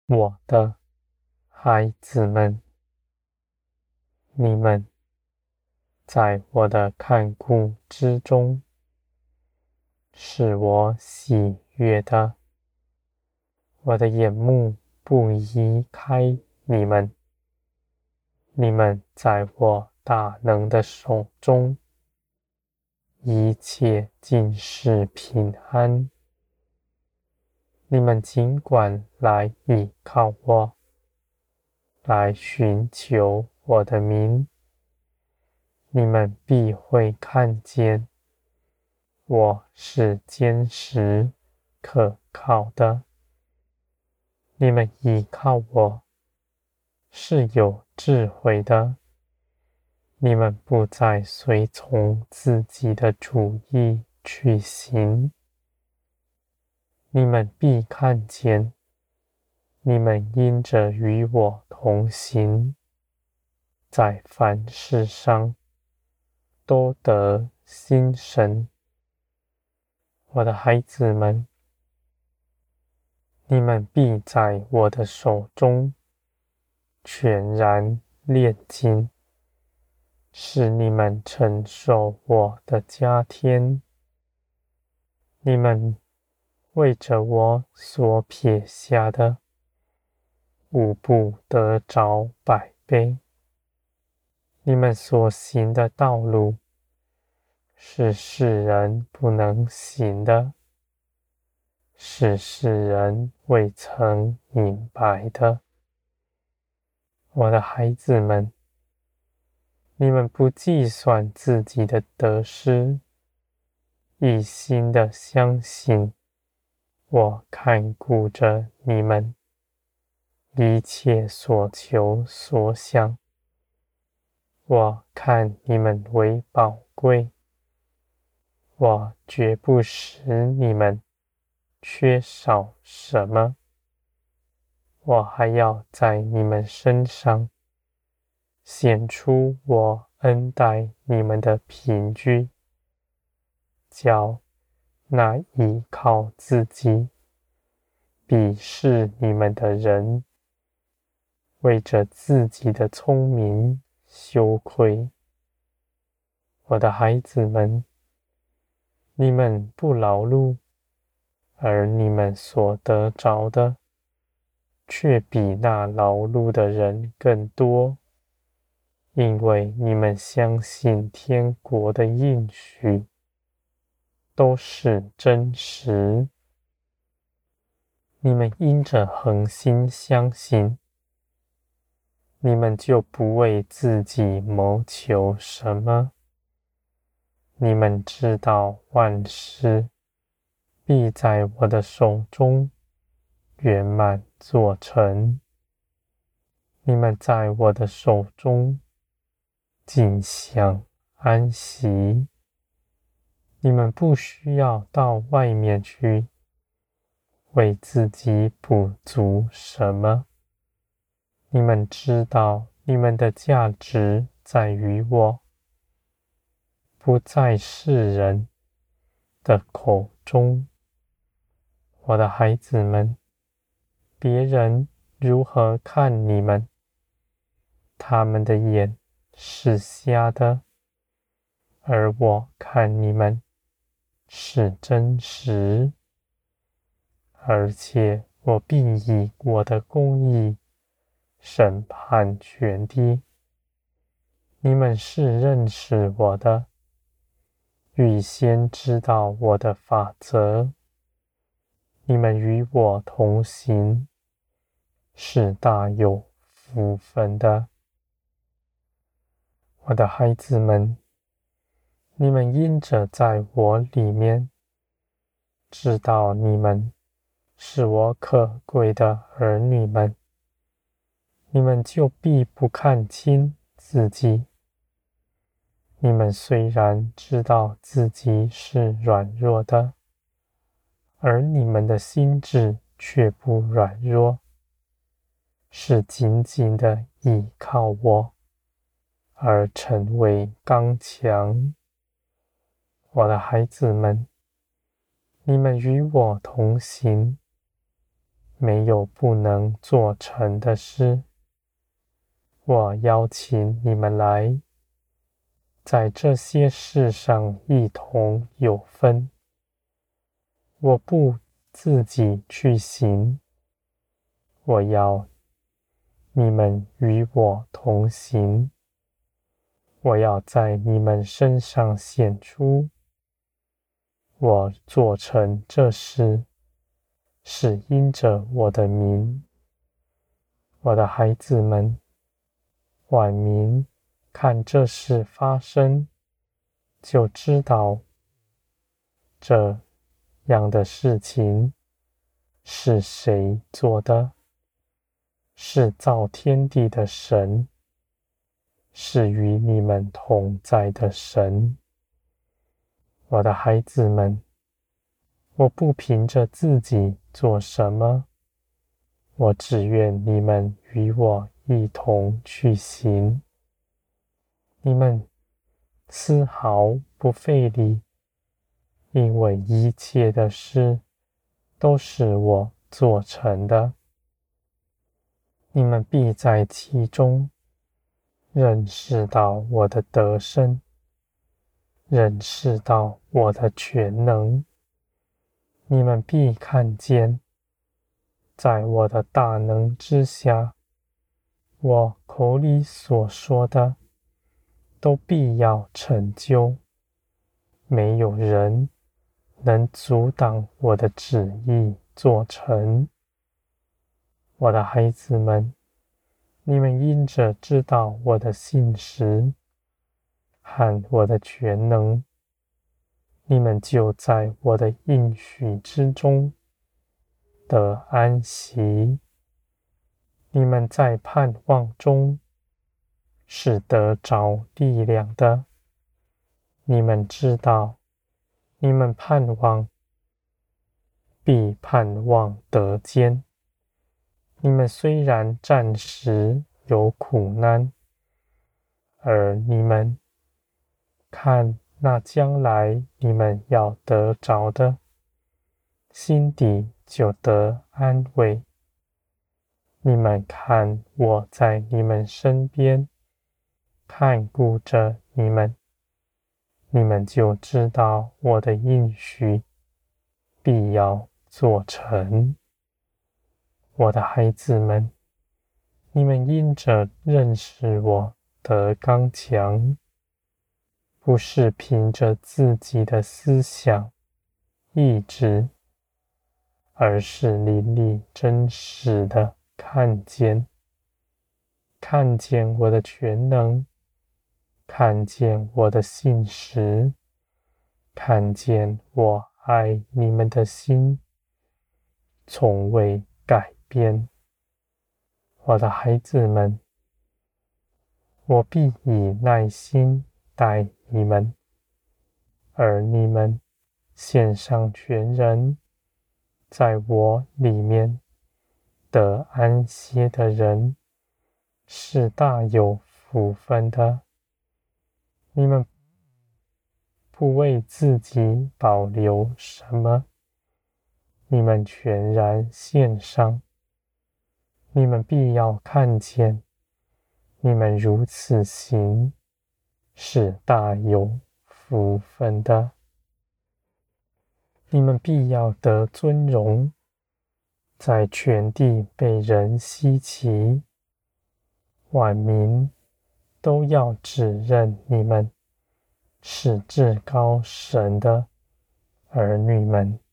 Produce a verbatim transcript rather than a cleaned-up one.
我的孩子们，你们在我的看顾之中，是我喜悦的。我的眼目不移开你们，你们在我大能的手中，一切尽是平安。你们尽管来倚靠我，来寻求我的名，你们必会看见我是坚实可靠的。你们倚靠我是有智慧的，你们不再随从自己的主意去行。你们必看见，你们因着与我同行，在凡事上都得心神。我的孩子们，你们必在我的手中全然炼金，使你们承受我的加添。你们为着我所撇下的，无不得着百倍。你们所行的道路，是世人不能行的，是世人未曾明白的。我的孩子们，你们不计算自己的得失，一心的相信我看顾着你们一切所求所想。我看你们为宝贵，我绝不使你们缺少什么。我还要在你们身上显出我恩待你们的凭据，叫那依靠自己鄙视你们的人，为着自己的聪明羞愧。我的孩子们，你们不劳碌，而你们所得着的，却比那劳碌的人更多，因为你们相信天国的应许都是真实。你们因着恒心相信，你们就不为自己谋求什么。你们知道万事必在我的手中圆满做成。你们在我的手中尽享安息。你们不需要到外面去为自己补足什么。你们知道你们的价值在于我，不在世人的口中。我的孩子们，别人如何看你们，他们的眼是瞎的，而我看你们是真实，而且我必以我的公义审判全地。你们是认识我的，预先知道我的法则。你们与我同行，是大有福分的。我的孩子们，你们因着在我里面，知道你们是我可贵的儿女们，你们就必不看轻自己。你们虽然知道自己是软弱的，而你们的心智却不软弱，是紧紧的倚靠我，而成为刚强。我的孩子们，你们与我同行， 没有不能做成的事。我邀请你们来，在这些事上一同有分。我不自己去行，我要你们与我同行。我要在你们身上显出，我做成这事，是因着我的名。我的孩子们，晚民看这事发生，就知道这样的事情是谁做的，是造天地的神，是与你们同在的神。我的孩子们，我不凭着自己做什么，我只愿你们与我一同去行。你们丝毫不费力，因为一切的事都是我做成的。你们必在其中认识到我的得胜，认识到我的全能。你们必看见，在我的大能之下，我口里所说的都必要成就。没有人能阻挡我的旨意做成。我的孩子们，你们因着知道我的信实和我的全能，你们就在我的应许之中得安息。你们在盼望中是得着力量的。你们知道，你们盼望必盼望得坚。你们虽然暂时有苦难，而你们看那将来你们要得着的，心底就得安慰。你们看我在你们身边，看顾着你们，你们就知道我的应许必要做成。我的孩子们，你们因着认识我得刚强，不是凭着自己的思想、意志，而是淋漓真实的看见，看见我的全能，看见我的信实，看见我爱你们的心，从未改变。我的孩子们，我必以耐心待你们，而你们献上全人，在我里面得安歇的人，是大有福分的。你们不为自己保留什么，你们全然献上，你们必要看见，你们如此行，是大有福分的。你们必要得尊荣，在全地被人稀奇，万民都要指认你们是至高神的儿女们。